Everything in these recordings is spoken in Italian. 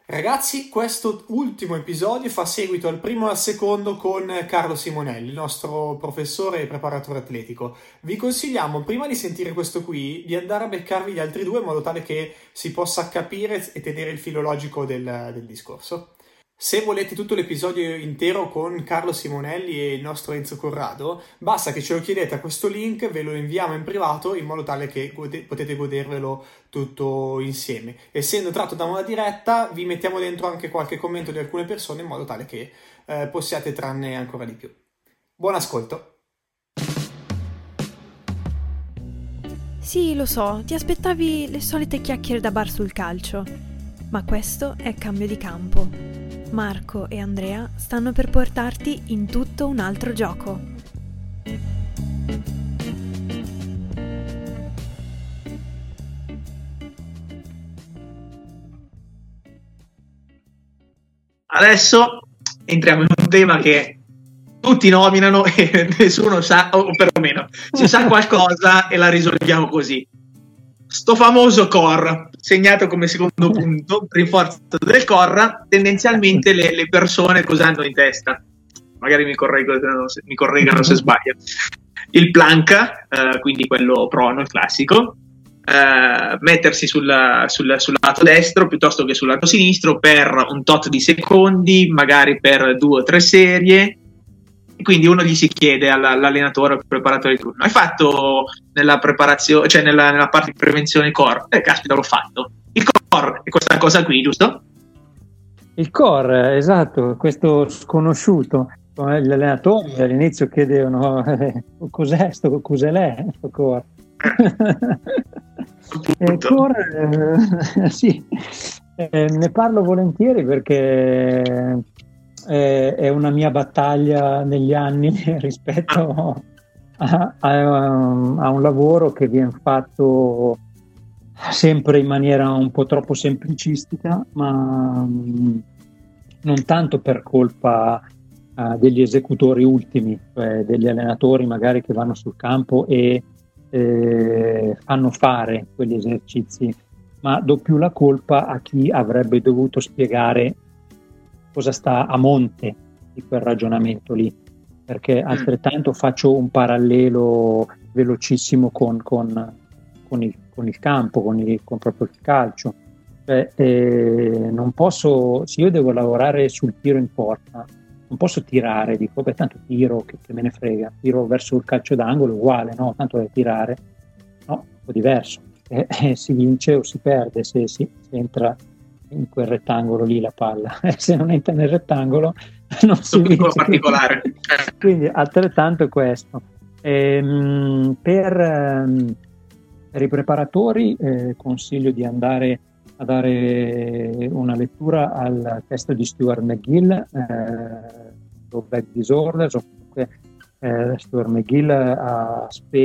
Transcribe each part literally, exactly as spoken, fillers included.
Ragazzi, questo ultimo episodio fa seguito al primo e al secondo con Carlo Simonelli, il nostro professore e preparatore atletico. Vi consigliamo, prima di sentire questo qui, di andare a beccarvi gli altri due in modo tale che si possa capire e tenere il filo logico del, del discorso. Se volete tutto l'episodio intero con Carlo Simonelli e il nostro Enzo Corrado, basta che ce lo chiedete a questo link, ve lo inviamo in privato in modo tale che gode- potete godervelo tutto insieme. Essendo tratto da una diretta, vi mettiamo dentro anche qualche commento di alcune persone in modo tale che eh, possiate trarne ancora di più. Buon ascolto! Sì, lo so, ti aspettavi le solite chiacchiere da bar sul calcio, ma questo è cambio di campo. Marco e Andrea stanno per portarti in tutto un altro gioco. Adesso entriamo in un tema che tutti nominano e nessuno sa, o perlomeno si sa qualcosa e la risolviamo così. Sto famoso core, segnato come secondo punto, rinforzo del core, tendenzialmente le, le persone cosa hanno in testa? Magari mi correggono, mi correggano se sbaglio. Il plank, eh, quindi quello prono, il classico, eh, mettersi sul, sul, sul lato destro piuttosto che sul lato sinistro per un tot di secondi, magari per due o tre serie. Quindi uno gli si chiede all'allenatore o al preparatore di turno: hai fatto nella preparazione, cioè nella, nella parte di prevenzione core? Eh, caspita, l'ho fatto. Il core è questa cosa qui, giusto? Il core, esatto, questo sconosciuto. Gli allenatori all'inizio chiedevano eh, cos'è sto, cos'è lei, sto core? Il core, eh, sì, eh, ne parlo volentieri perché è una mia battaglia negli anni rispetto a, a, a un lavoro che viene fatto sempre in maniera un po' troppo semplicistica, ma non tanto per colpa uh, degli esecutori ultimi, cioè degli allenatori magari che vanno sul campo e eh, fanno fare quegli esercizi, ma do più la colpa a chi avrebbe dovuto spiegare cosa sta a monte di quel ragionamento lì, perché altrettanto faccio un parallelo velocissimo con, con, con, il, con il campo, con, il, con proprio il calcio. Cioè, eh, non posso, se io devo lavorare sul tiro in porta, non posso tirare, dico, beh, tanto tiro, che, che me ne frega, tiro verso il calcio d'angolo, uguale, no? Tanto è tirare, no, un po' diverso, eh, eh, si vince o si perde se si entra in quel rettangolo lì la palla, se non entra nel rettangolo non si vince. Particolare. Quindi altrettanto è questo. Ehm, per, ehm, per i preparatori eh, consiglio di andare a dare una lettura al testo di Stuart McGill, eh, Low Back Disorders, o comunque eh, Stuart McGill ha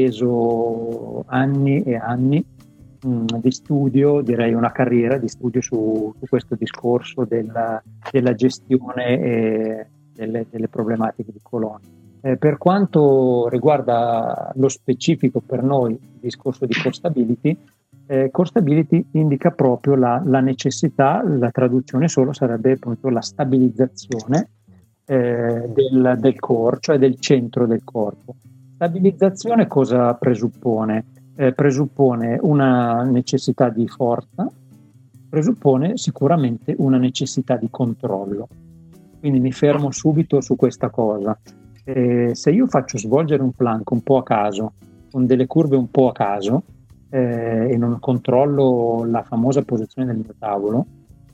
speso anni e anni di studio, direi una carriera di studio su, su questo discorso della, della gestione e delle, delle problematiche di colonna. Eh, per quanto riguarda lo specifico per noi, il discorso di core stability, eh, core stability indica proprio la, la necessità, la traduzione solo sarebbe appunto la stabilizzazione eh, del, del core, cioè del centro del corpo. Stabilizzazione cosa presuppone? Eh, presuppone una necessità di forza, presuppone sicuramente una necessità di controllo. Quindi mi fermo subito su questa cosa. Eh, se io faccio svolgere un plank un po' a caso, con delle curve un po' a caso, eh, e non controllo la famosa posizione del mio tavolo,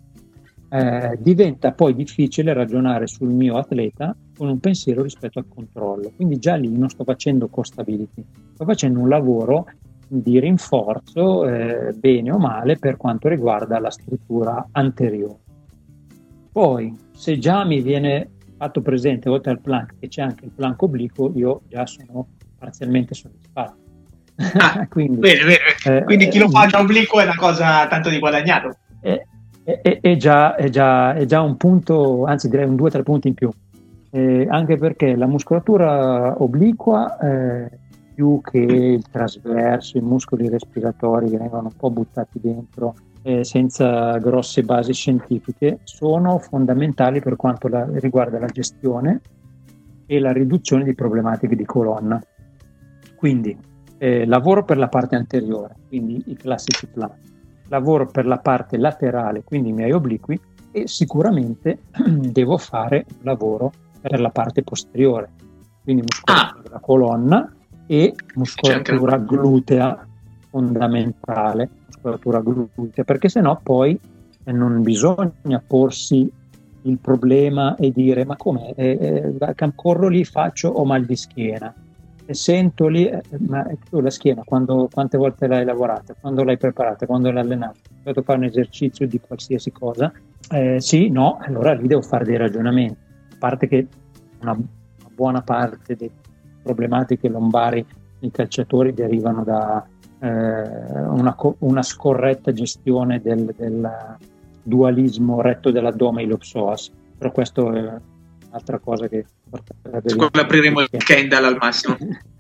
eh, diventa poi difficile ragionare sul mio atleta con un pensiero rispetto al controllo. Quindi già lì non sto facendo core stability, sto facendo un lavoro di rinforzo, eh, bene o male, per quanto riguarda la struttura anteriore. Poi, se già mi viene fatto presente, oltre al plank, che c'è anche il plank obliquo, io già sono parzialmente soddisfatto. Ah, quindi, bene, bene. Eh, quindi chi lo fa già obliquo è una cosa tanto di guadagnato. È, è, è, già, è, già, è già un punto, anzi direi un due o tre punti in più, eh, anche perché la muscolatura obliqua eh, più che il trasverso, i muscoli respiratori che vengono un po' buttati dentro eh, senza grosse basi scientifiche, sono fondamentali per quanto la, riguarda la gestione e la riduzione di problematiche di colonna. Quindi eh, lavoro per la parte anteriore, quindi i classici plan, lavoro per la parte laterale, quindi i miei obliqui, e sicuramente devo fare un lavoro per la parte posteriore, quindi muscolatura ah. della colonna e muscolatura glutea fondamentale, muscolatura glutea, perché sennò poi eh, non bisogna porsi il problema e dire ma come, eh, eh, corro lì, faccio, ho mal di schiena, e sento lì, eh, ma tu la schiena quando, quante volte l'hai lavorata, quando l'hai preparata, quando l'hai allenata, devo fare un esercizio di qualsiasi cosa, eh, sì, no, allora lì devo fare dei ragionamenti, a parte che una, una buona parte delle problematiche lombari dei calciatori derivano da eh, una, una scorretta gestione del, del dualismo retto dell'addome e ilopsoas, però questo è un'altra cosa che su quello apriremo il Kendall al massimo.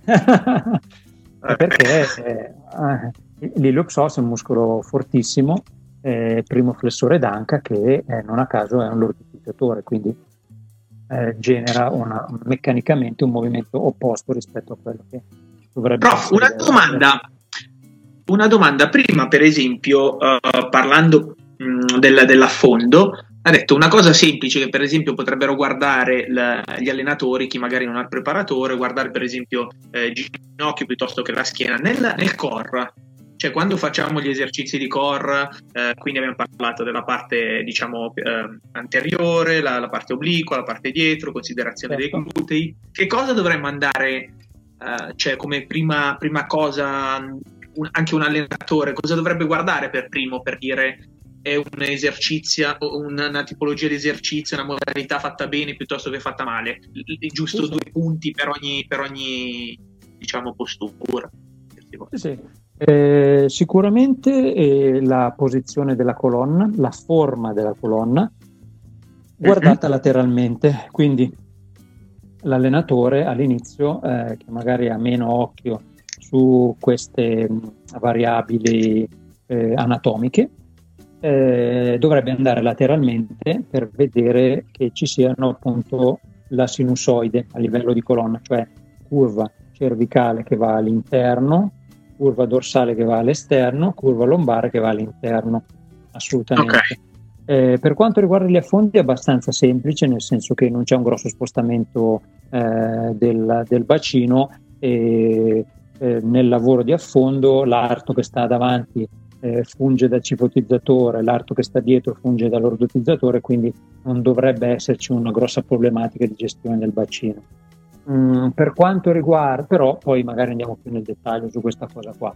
Perché eh, l'ilopsoas è un muscolo fortissimo, eh, primo flessore d'anca, che eh, non a caso è un lordotizzatore, quindi eh, genera una, meccanicamente un movimento opposto rispetto a quello che dovrebbe Prof, essere. Una domanda, una domanda prima, per esempio, uh, parlando mh, del, dell'affondo, ha detto una cosa semplice che per esempio potrebbero guardare la, gli allenatori, chi magari non ha il preparatore, guardare per esempio eh, il ginocchio piuttosto che la schiena nel, nel core, cioè quando facciamo gli esercizi di core, eh, quindi abbiamo parlato della parte diciamo eh, anteriore, la, la parte obliqua, la parte dietro, considerazione certo. dei glutei, che cosa dovremmo andare, eh, cioè come prima, prima cosa, un, anche un allenatore cosa dovrebbe guardare per primo per dire è un esercizio, una, una tipologia di esercizio, una modalità fatta bene piuttosto che fatta male, il giusto sì, due sì. punti per ogni, per ogni diciamo postura. Sì, sì. Eh, sicuramente eh, la posizione della colonna, la forma della colonna guardata mm-hmm. lateralmente, quindi l'allenatore all'inizio eh, che magari ha meno occhio su queste mh, variabili eh, anatomiche Eh, dovrebbe andare lateralmente per vedere che ci siano appunto la sinusoide a livello di colonna, cioè curva cervicale che va all'interno, curva dorsale che va all'esterno, curva lombare che va all'interno, assolutamente. Okay. Eh, per quanto riguarda gli affondi è abbastanza semplice, nel senso che non c'è un grosso spostamento eh, del, del bacino e eh, nel lavoro di affondo l'arto che sta davanti Eh, funge da cifotizzatore, l'arto che sta dietro funge da lordotizzatore, quindi non dovrebbe esserci una grossa problematica di gestione del bacino. Mm, per quanto riguarda, però poi magari andiamo più nel dettaglio su questa cosa qua.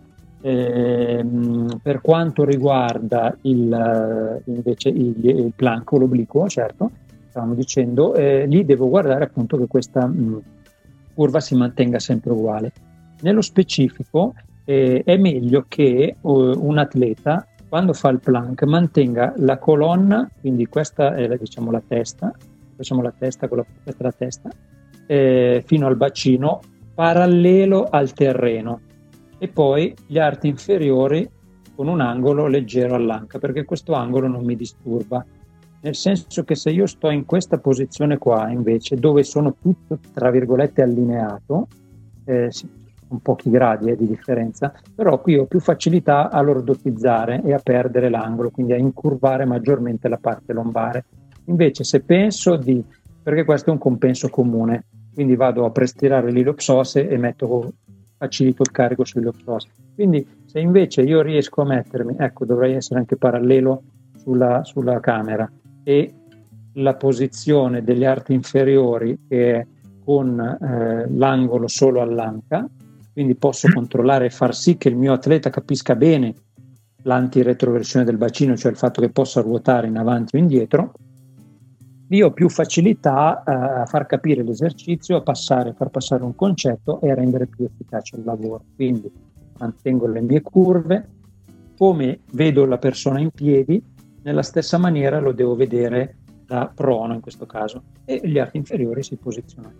Eh, per quanto riguarda il, invece il, il planco, l'obliquo, certo, stavamo dicendo, eh, lì devo guardare appunto che questa mh, curva si mantenga sempre uguale. Nello specifico Eh, è meglio che uh, un atleta quando fa il plank mantenga la colonna, quindi questa è la, diciamo la testa, facciamo la testa con la, questa è la testa, eh, fino al bacino, parallelo al terreno, e poi gli arti inferiori con un angolo leggero all'anca, perché questo angolo non mi disturba, nel senso che se io sto in questa posizione qua invece, dove sono tutto tra virgolette allineato, eh, con pochi gradi eh, di differenza, però qui ho più facilità a lordotizzare e a perdere l'angolo, quindi a incurvare maggiormente la parte lombare. Invece se penso di, perché questo è un compenso comune, quindi vado a prestirare l'ilopsoas e metto, facilito il carico sull'ilopsoas. Quindi se invece io riesco a mettermi, ecco, dovrei essere anche parallelo sulla, sulla camera, e la posizione degli arti inferiori che è con eh, l'angolo solo all'anca, quindi posso controllare e far sì che il mio atleta capisca bene l'antiretroversione del bacino, cioè il fatto che possa ruotare in avanti o indietro. Io ho più facilità uh, a far capire l'esercizio, a passare, a far passare un concetto e a rendere più efficace il lavoro. Quindi mantengo le mie curve, come vedo la persona in piedi, nella stessa maniera lo devo vedere da prono in questo caso, e gli arti inferiori si posizionano.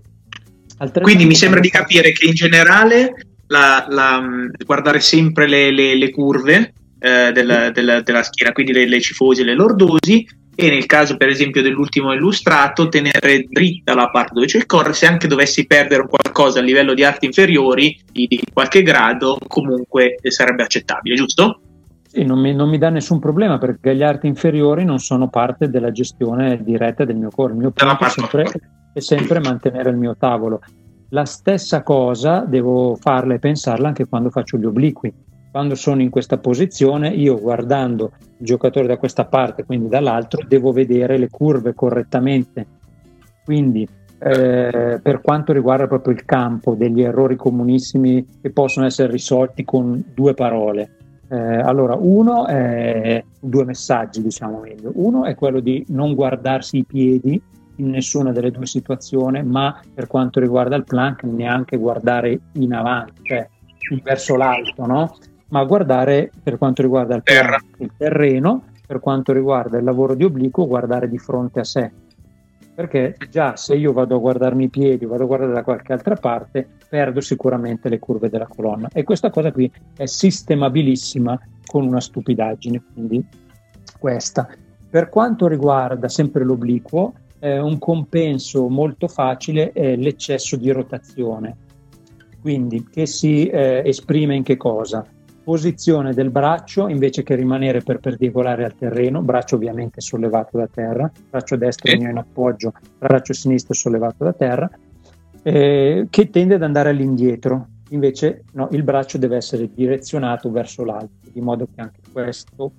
Quindi mi sembra di capire che in generale la, la, guardare sempre le, le, le curve eh, del, del, della schiena, quindi le, le cifosi e le lordosi, e nel caso per esempio dell'ultimo illustrato tenere dritta la parte dove c'è il core. Se anche dovessi perdere qualcosa a livello di arti inferiori di, di qualche grado, comunque sarebbe accettabile, giusto? Sì, non mi, non mi dà nessun problema, perché gli arti inferiori non sono parte della gestione diretta del mio core. Il mio punto è sempre, è sempre mantenere il mio tavolo. La stessa cosa devo farla e pensarla anche quando faccio gli obliqui. Quando sono in questa posizione, io guardando il giocatore da questa parte, quindi dall'altro, devo vedere le curve correttamente. Quindi eh, per quanto riguarda proprio il campo, degli errori comunissimi che possono essere risolti con due parole. Eh, allora, uno è due messaggi, diciamo meglio. Uno è quello di non guardarsi i piedi in nessuna delle due situazioni, ma per quanto riguarda il plank neanche guardare in avanti, cioè verso l'alto, no? Ma guardare, per quanto riguarda il, plank, il terreno, per quanto riguarda il lavoro di obliquo, guardare di fronte a sé. Perché già se io vado a guardarmi i piedi, vado a guardare da qualche altra parte, perdo sicuramente le curve della colonna. E questa cosa qui è sistemabilissima con una stupidaggine, quindi questa. Per quanto riguarda sempre l'obliquo, eh, un compenso molto facile è l'eccesso di rotazione. Quindi che si eh, esprime in che cosa? Posizione del braccio invece che rimanere perpendicolare al terreno, braccio ovviamente sollevato da terra, braccio destro in appoggio, braccio sinistro sollevato da terra, eh, che tende ad andare all'indietro. Invece no, il braccio deve essere direzionato verso l'alto, di modo che anche questo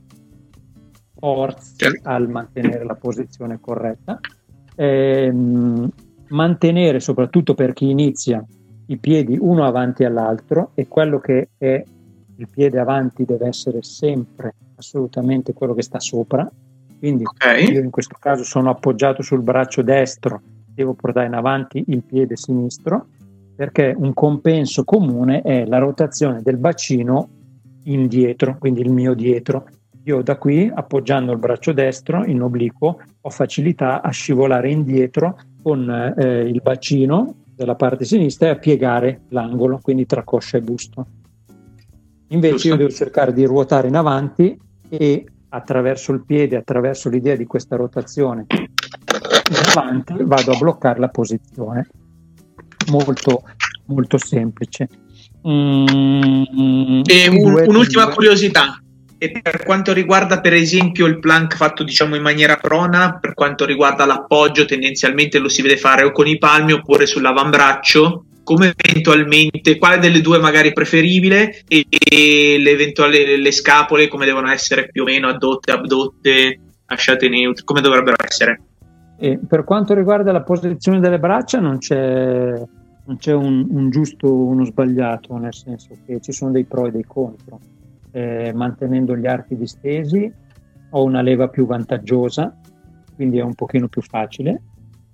forzi al mantenere la posizione corretta. Eh, mantenere, soprattutto per chi inizia, i piedi uno avanti all'altro, e quello che è il piede avanti deve essere sempre assolutamente quello che sta sopra. Quindi okay. Io in questo caso sono appoggiato sul braccio destro, devo portare in avanti il piede sinistro, perché un compenso comune è la rotazione del bacino indietro, quindi il mio dietro. Io da qui, appoggiando il braccio destro in obliquo, ho facilità a scivolare indietro con eh, il bacino della parte sinistra e a piegare l'angolo, quindi tra coscia e busto. Invece Giusto. Io devo cercare di ruotare in avanti e attraverso il piede, attraverso l'idea di questa rotazione in avanti, vado a bloccare la posizione. Molto, molto semplice. Mm, e un, un'ultima due. curiosità. E per quanto riguarda per esempio il plank fatto diciamo in maniera prona, per quanto riguarda l'appoggio, tendenzialmente lo si vede fare o con i palmi oppure sull'avambraccio, come eventualmente quale delle due magari preferibile, e, e le eventuali le scapole come devono essere più o meno, addotte, abdotte, lasciate neutre, come dovrebbero essere? E per quanto riguarda la posizione delle braccia non c'è, non c'è un, un giusto o uno sbagliato, nel senso che ci sono dei pro e dei contro. Eh, mantenendo gli archi distesi ho una leva più vantaggiosa, quindi è un pochino più facile,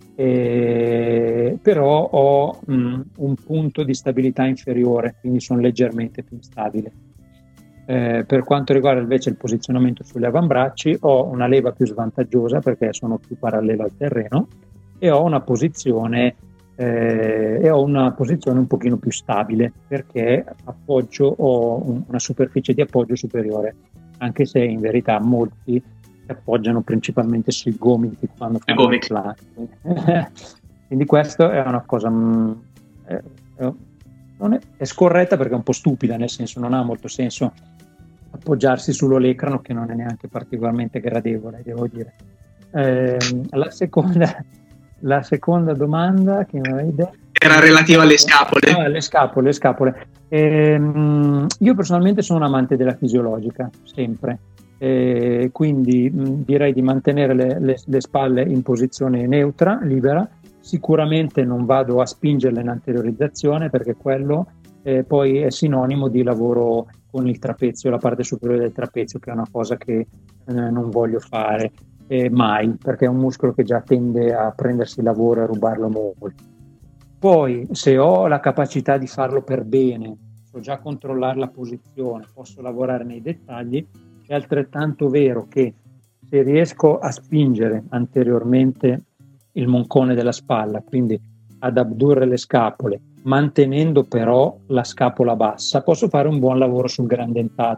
eh, però ho mh, un punto di stabilità inferiore, quindi sono leggermente più instabile. Eh, per quanto riguarda invece il posizionamento sugli avambracci, ho una leva più svantaggiosa perché sono più parallelo al terreno, e ho una posizione Eh, e ho una posizione un pochino più stabile perché appoggio ho un, una superficie di appoggio superiore, anche se in verità molti si appoggiano principalmente sui gomiti quando fanno il plank. Quindi questo è una cosa mh, è, è, non è, è scorretta perché è un po' stupida, nel senso non ha molto senso appoggiarsi sull'olecrano, che non è neanche particolarmente gradevole, devo dire. Eh, la seconda La seconda domanda che mi avevi detto era relativa alle scapole. Ah, le scapole, le scapole. Ehm, io personalmente sono un amante della fisiologica, sempre. Eh, quindi mh, direi di mantenere le, le, le spalle in posizione neutra, libera. Sicuramente non vado a spingerle in anteriorizzazione, perché quello eh, poi è sinonimo di lavoro con il trapezio, la parte superiore del trapezio, che è una cosa che eh, non voglio fare. Eh, mai, perché è un muscolo che già tende a prendersi lavoro e a rubarlo molto. Poi se ho la capacità di farlo per bene, so già controllare la posizione, posso lavorare nei dettagli, è altrettanto vero che se riesco a spingere anteriormente il moncone della spalla, quindi ad abdurre le scapole, mantenendo però la scapola bassa, posso fare un buon lavoro sul grandentato,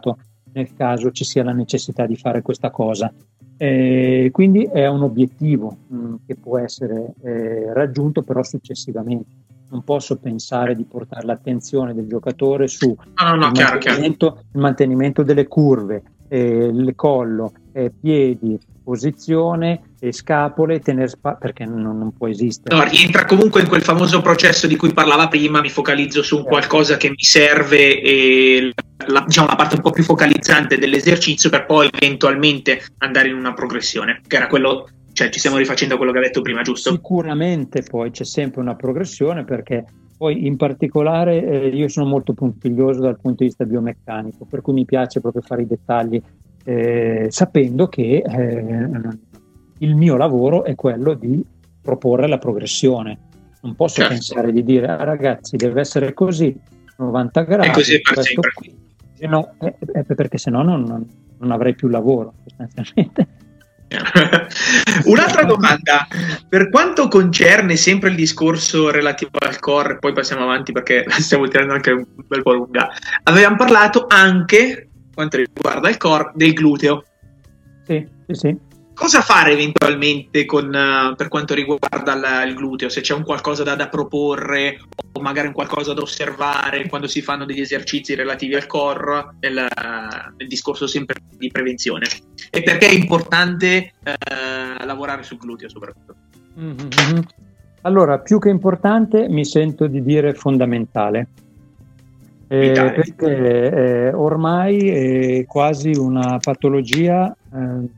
nel caso ci sia la necessità di fare questa cosa. Eh, quindi è un obiettivo mh, che può essere eh, raggiunto però successivamente. Non posso pensare di portare l'attenzione del giocatore su no, no, no, il, chiaro, mantenimento, chiaro. il mantenimento delle curve, eh, il collo, eh, piedi, posizione e scapole, tenere spa- perché non, non può esistere. No, rientra comunque in quel famoso processo di cui parlava prima, mi focalizzo su Certo. qualcosa che mi serve e la, diciamo, la parte un po' più focalizzante dell'esercizio per poi eventualmente andare in una progressione, che era quello, cioè ci stiamo rifacendo a quello che ha detto prima, giusto? Sicuramente poi c'è sempre una progressione, perché poi in particolare eh, io sono molto puntiglioso dal punto di vista biomeccanico, per cui mi piace proprio fare i dettagli eh, sapendo che eh, il mio lavoro è quello di proporre la progressione. Non posso certo. pensare di dire ah, ragazzi deve essere così novanta gradi è così per sempre qui. Se no, eh, eh, perché sennò non, non, non avrei più lavoro sostanzialmente. Un'altra domanda, per quanto concerne sempre il discorso relativo al core, poi passiamo avanti perché stiamo tirando anche un bel po' lunga, avevamo parlato anche, quanto riguarda il core, del gluteo. Sì, sì, sì. Cosa fare eventualmente con, uh, per quanto riguarda la, il gluteo? Se c'è un qualcosa da, da proporre o magari un qualcosa da osservare quando si fanno degli esercizi relativi al core nel, uh, nel discorso sempre di prevenzione, e perché è importante uh, lavorare sul gluteo soprattutto? Mm-hmm. Allora, più che importante mi sento di dire fondamentale, eh, perché eh, ormai è quasi una patologia eh,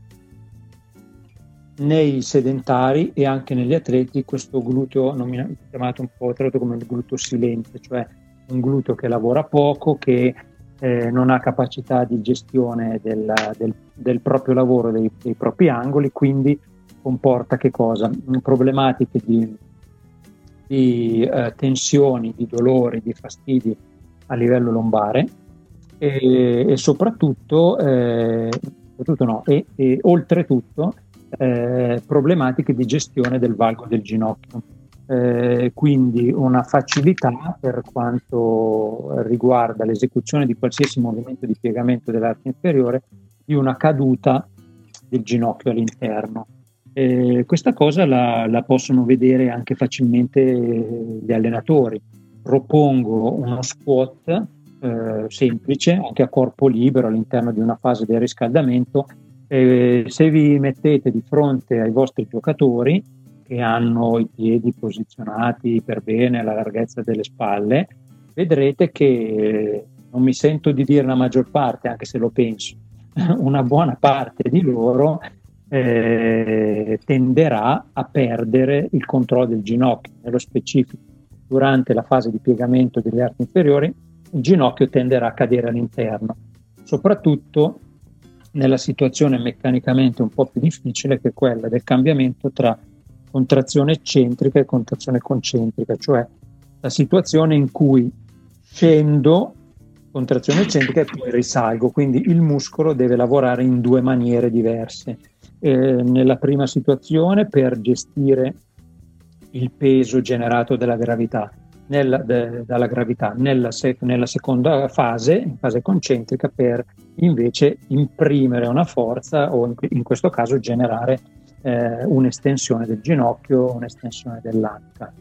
nei sedentari e anche negli atleti, questo gluteo chiamato un po' tradotto come il gluteo silente, cioè un gluteo che lavora poco, che eh, non ha capacità di gestione del, del, del proprio lavoro, dei, dei propri angoli, quindi comporta che cosa? Problematiche di, di eh, tensioni, di dolori, di fastidi a livello lombare e, e soprattutto, eh, soprattutto no, e, e oltretutto Eh, problematiche di gestione del valgo del ginocchio, eh, quindi una facilità per quanto riguarda l'esecuzione di qualsiasi movimento di piegamento dell'arto inferiore di una caduta del ginocchio all'interno. Eh, questa cosa la, la possono vedere anche facilmente gli allenatori. Propongo uno squat eh, semplice, anche a corpo libero all'interno di una fase di riscaldamento. Eh, se vi mettete di fronte ai vostri giocatori che hanno i piedi posizionati per bene alla larghezza delle spalle, vedrete che eh, non mi sento di dire la maggior parte, anche se lo penso, una buona parte di loro eh, tenderà a perdere il controllo del ginocchio. Nello specifico, durante la fase di piegamento degli arti inferiori, il ginocchio tenderà a cadere all'interno, soprattutto nella situazione meccanicamente un po' più difficile, che è quella del cambiamento tra contrazione eccentrica e contrazione concentrica, cioè la situazione in cui scendo, contrazione eccentrica, e poi risalgo, quindi il muscolo deve lavorare in due maniere diverse. Eh, nella prima situazione per gestire il peso generato dalla gravità, nella, de, dalla gravità, nella, sec, nella seconda fase, in fase concentrica, per invece imprimere una forza o in, in questo caso generare eh, un'estensione del ginocchio, un'estensione dell'anca.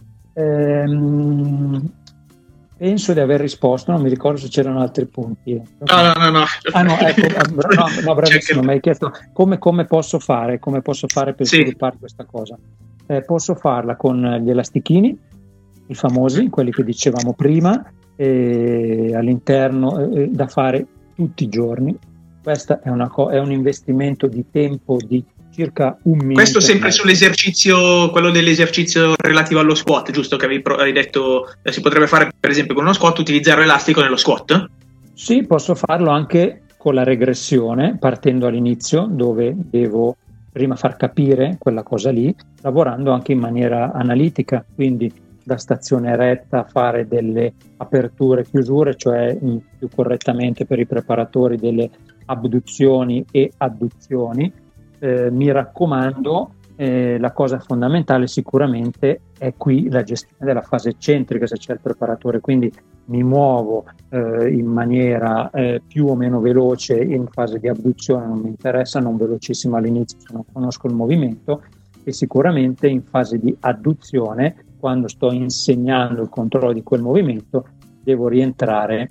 Ehm, penso di aver risposto, non mi ricordo se c'erano altri punti. No, no, no, no. Ah, no, ecco, no, no, bravissimo, mi hai chiesto come, come posso fare, come posso fare per sì. sviluppare questa cosa. Eh, posso farla con gli elastichini, i famosi, quelli che dicevamo prima, eh, all'interno eh, da fare tutti i giorni. Questo è, una co- è un investimento di tempo di circa un minuto. Questo sempre sull'esercizio, quello dell'esercizio relativo allo squat, giusto? Che avevi pro- hai detto eh, si potrebbe fare per esempio con uno squat, utilizzare l'elastico nello squat? Sì, posso farlo anche con la regressione, partendo all'inizio, dove devo prima far capire quella cosa lì, lavorando anche in maniera analitica, quindi da stazione retta fare delle aperture e chiusure, cioè mh, più correttamente per i preparatori delle abduzioni e adduzioni. Eh, mi raccomando, eh, la cosa fondamentale sicuramente è qui la gestione della fase eccentrica se c'è il preparatore, quindi mi muovo eh, in maniera eh, più o meno veloce in fase di abduzione, non mi interessa, non velocissimo all'inizio se non conosco il movimento, e sicuramente in fase di adduzione, quando sto insegnando il controllo di quel movimento, devo rientrare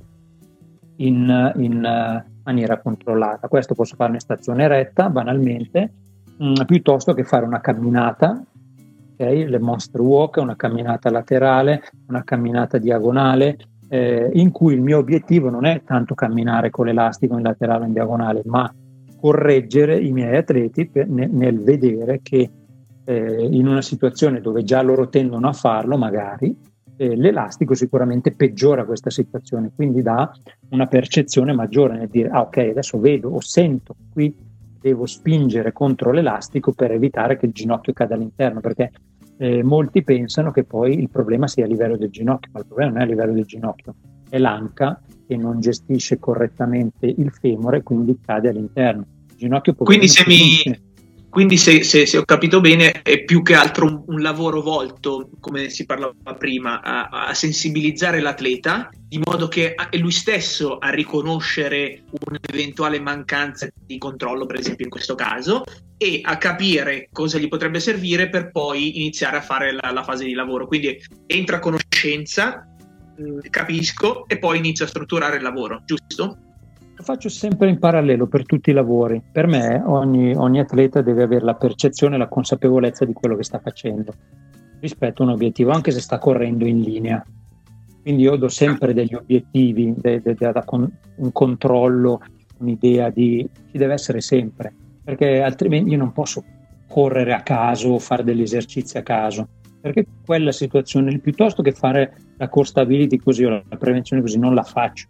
in, in uh, maniera controllata. Questo posso fare in stazione retta, banalmente, mh, piuttosto che fare una camminata, okay? Le monster walk, una camminata laterale, una camminata diagonale, eh, in cui il mio obiettivo non è tanto camminare con l'elastico in laterale o in diagonale, ma correggere i miei atleti per, nel, nel vedere che eh, in una situazione dove già loro tendono a farlo, magari, eh, l'elastico sicuramente peggiora questa situazione, quindi dà una percezione maggiore nel dire, ah ok, adesso vedo o sento qui devo spingere contro l'elastico per evitare che il ginocchio cada all'interno, perché eh, molti pensano che poi il problema sia a livello del ginocchio, ma il problema non è a livello del ginocchio, è l'anca che non gestisce correttamente il femore, quindi cade all'interno. Il ginocchio quindi se mi quindi se, se, se ho capito bene è più che altro un, un lavoro volto, come si parlava prima, a, a sensibilizzare l'atleta di modo che è lui stesso a riconoscere un'eventuale mancanza di controllo, per esempio in questo caso, e a capire cosa gli potrebbe servire per poi iniziare a fare la, la fase di lavoro. Quindi entra a conoscenza, mh, capisco e poi inizio a strutturare il lavoro, giusto? Lo faccio sempre in parallelo per tutti i lavori. Per me ogni, ogni atleta deve avere la percezione e la consapevolezza di quello che sta facendo rispetto a un obiettivo, anche se sta correndo in linea. Quindi io do sempre degli obiettivi, de, de, de, de, un controllo, un'idea di ci deve essere sempre, perché altrimenti io non posso correre a caso o fare degli esercizi a caso, perché quella situazione, piuttosto che fare la core stability così o la prevenzione così, non la faccio.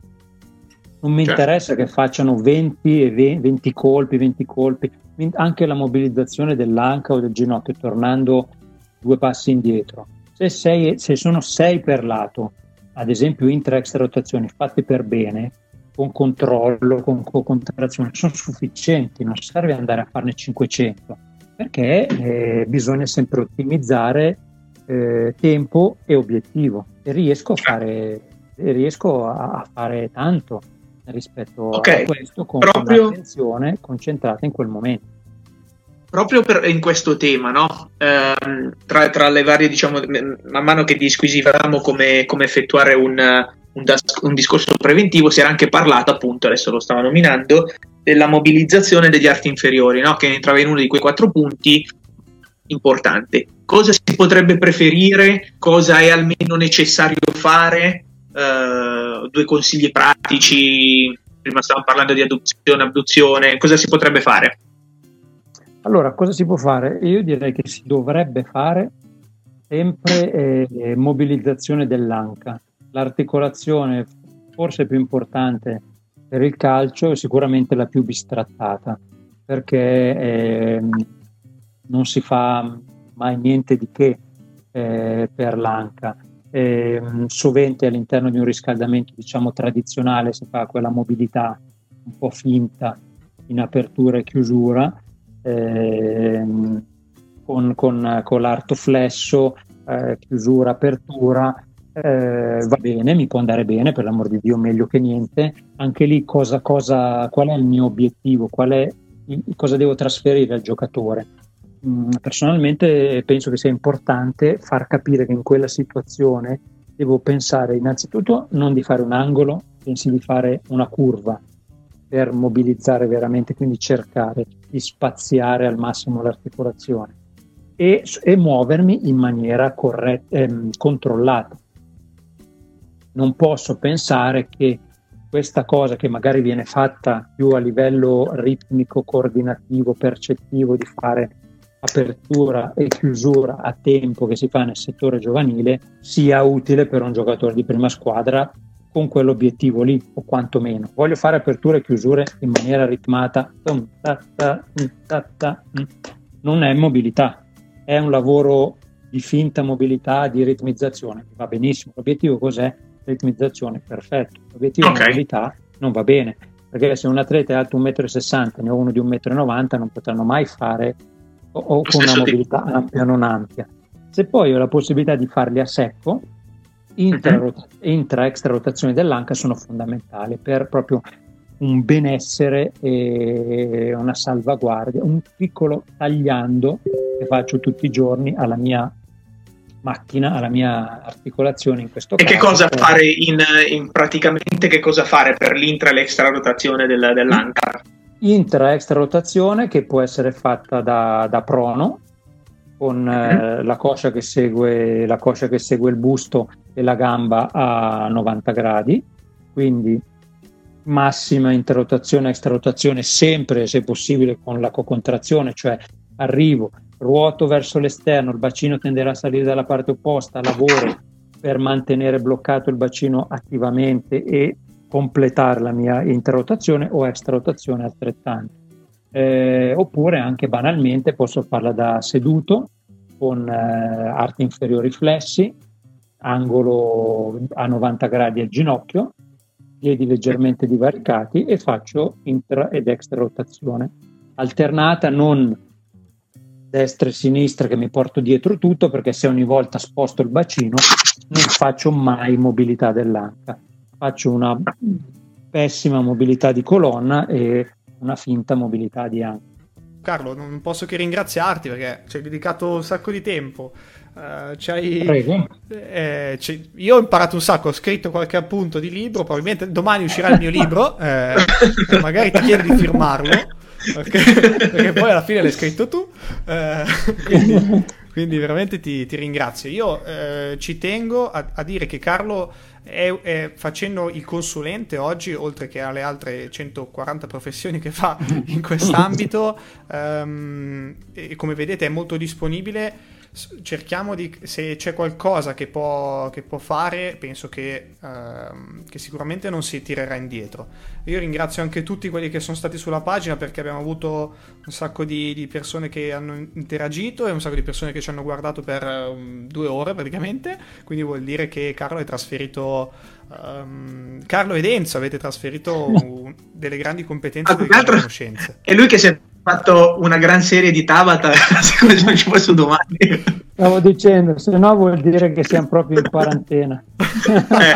Non mi certo. interessa che facciano venti e venti colpi, venti colpi, anche la mobilizzazione dell'anca o del ginocchio, tornando due passi indietro. Se, sei, se sono sei per lato, ad esempio intra-extra rotazioni fatte per bene, con controllo, con, con contrazione, sono sufficienti, non serve andare a farne cinquecento, perché eh, bisogna sempre ottimizzare eh, tempo e obiettivo, e riesco a fare, e riesco a, a fare tanto rispetto okay. a questo con Proprio... l'attenzione concentrata in quel momento. Proprio per, in questo tema, no? Eh, tra, tra le varie, diciamo, man mano che disquisivamo come, come effettuare un, un, un discorso preventivo, si era anche parlato, appunto, adesso lo stavo nominando, della mobilizzazione degli arti inferiori, no? Che entrava in uno di quei quattro punti importante. Cosa si potrebbe preferire? Cosa è almeno necessario fare? Uh, due consigli pratici, prima stavamo parlando di adduzione, abduzione, cosa si potrebbe fare? Allora, cosa si può fare? Io direi che si dovrebbe fare sempre eh, mobilizzazione dell'anca. L'articolazione forse più importante per il calcio è sicuramente la più bistrattata, perché eh, non si fa mai niente di che eh, per l'anca. Eh, sovente all'interno di un riscaldamento, diciamo, tradizionale si fa quella mobilità un po' finta in apertura e chiusura, eh, con, con, con l'arto flesso, eh, chiusura, apertura, eh, va bene, mi può andare bene, per l'amor di Dio, meglio che niente. Anche lì cosa, cosa, qual è il mio obiettivo, qual è, cosa devo trasferire al giocatore? Personalmente penso che sia importante far capire che in quella situazione devo pensare innanzitutto non di fare un angolo, pensi di fare una curva per mobilizzare veramente, quindi cercare di spaziare al massimo l'articolazione e, e muovermi in maniera corretta, ehm, controllata. Non posso pensare che questa cosa che magari viene fatta più a livello ritmico, coordinativo, percettivo, di fare apertura e chiusura a tempo che si fa nel settore giovanile, sia utile per un giocatore di prima squadra con quell'obiettivo lì, o quantomeno voglio fare aperture e chiusure in maniera ritmata. Non è mobilità, è un lavoro di finta mobilità, di ritmizzazione, va benissimo. L'obiettivo cos'è? Ritmizzazione, perfetto. L'obiettivo okay. di mobilità non va bene, perché se un atleta è alto un metro e sessanta, ne ho uno di un metro e novanta, non potranno mai fare o, o con una mobilità ampia o non ampia. Se poi ho la possibilità di farli a secco, intra, intra extra rotazioni dell'anca sono fondamentali per proprio un benessere e una salvaguardia, un piccolo tagliando che faccio tutti i giorni alla mia macchina, alla mia articolazione in questo e caso. E che cosa per... fare in, in praticamente che cosa fare per l'intra e l'extra rotazione del, dell'anca? Intra extra rotazione che può essere fatta da, da prono con mm-hmm. eh, la coscia che segue la coscia che segue il busto e la gamba a novanta gradi, quindi massima interrotazione extra rotazione sempre se possibile con la cocontrazione, cioè arrivo, ruoto verso l'esterno, il bacino tenderà a salire dalla parte opposta, lavoro per mantenere bloccato il bacino attivamente e completare la mia interrotazione o extra rotazione altrettanto. Eh, oppure anche banalmente posso farla da seduto con eh, arti inferiori flessi, angolo a novanta gradi al ginocchio, piedi leggermente divaricati e faccio intra ed extra rotazione alternata, non destra e sinistra che mi porto dietro tutto, perché se ogni volta sposto il bacino non faccio mai mobilità dell'anca, faccio una pessima mobilità di colonna e una finta mobilità di anca. Carlo, non posso che ringraziarti perché ci hai dedicato un sacco di tempo. Uh, c'hai, Prego. Eh, io ho imparato un sacco, ho scritto qualche appunto di libro, probabilmente domani uscirà il mio libro, eh, magari ti chiedo di firmarlo, perché, perché poi alla fine l'hai scritto tu, eh, quindi, quindi veramente ti, ti ringrazio. Io eh, ci tengo a, a dire che Carlo è, è facendo il consulente oggi, oltre che alle altre centoquaranta professioni che fa in quest'ambito, um, e come vedete è molto disponibile. Cerchiamo di, se c'è qualcosa che può, che può fare, penso che, uh, che sicuramente non si tirerà indietro. Io ringrazio anche tutti quelli che sono stati sulla pagina, perché abbiamo avuto un sacco di, di persone che hanno interagito e un sacco di persone che ci hanno guardato per um, due ore praticamente, quindi vuol dire che Carlo è trasferito um, Carlo ed Enzo avete trasferito un, delle grandi competenze e delle grandi conoscenze. È lui che si è fatto una gran serie di Tabata, se non ci fosse domani. Stavo dicendo, se no vuol dire che siamo proprio in quarantena. Eh.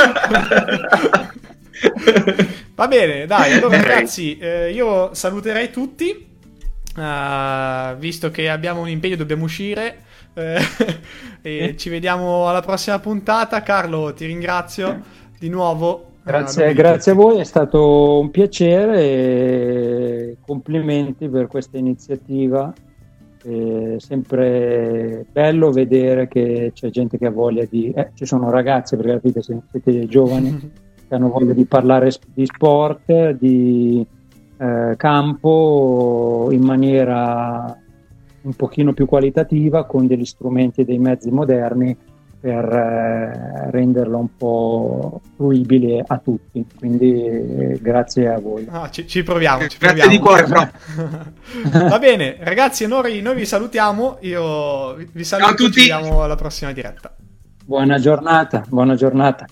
Va bene, dai, allora ragazzi, eh, io saluterei tutti, uh, visto che abbiamo un impegno, dobbiamo uscire, eh, e eh. ci vediamo alla prossima puntata. Carlo, ti ringrazio di nuovo. Grazie, grazie a voi, è stato un piacere e complimenti per questa iniziativa. È sempre bello vedere che c'è gente che ha voglia di... Eh, ci sono ragazzi, perché alla fine siete giovani, che hanno voglia di parlare di sport, di eh, campo in maniera un pochino più qualitativa, con degli strumenti e dei mezzi moderni, per eh, renderlo un po' fruibile a tutti, quindi eh, grazie a voi. Ah, ci, ci proviamo, ci grazie proviamo. di cuore, però. Va bene, ragazzi, noi, noi vi salutiamo, io vi saluto, ciao a tutti. Ci vediamo alla prossima diretta. Buona giornata, buona giornata.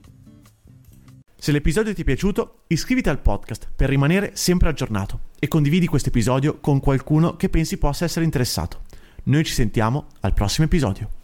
Se l'episodio ti è piaciuto, iscriviti al podcast per rimanere sempre aggiornato e condividi questo episodio con qualcuno che pensi possa essere interessato. Noi ci sentiamo al prossimo episodio.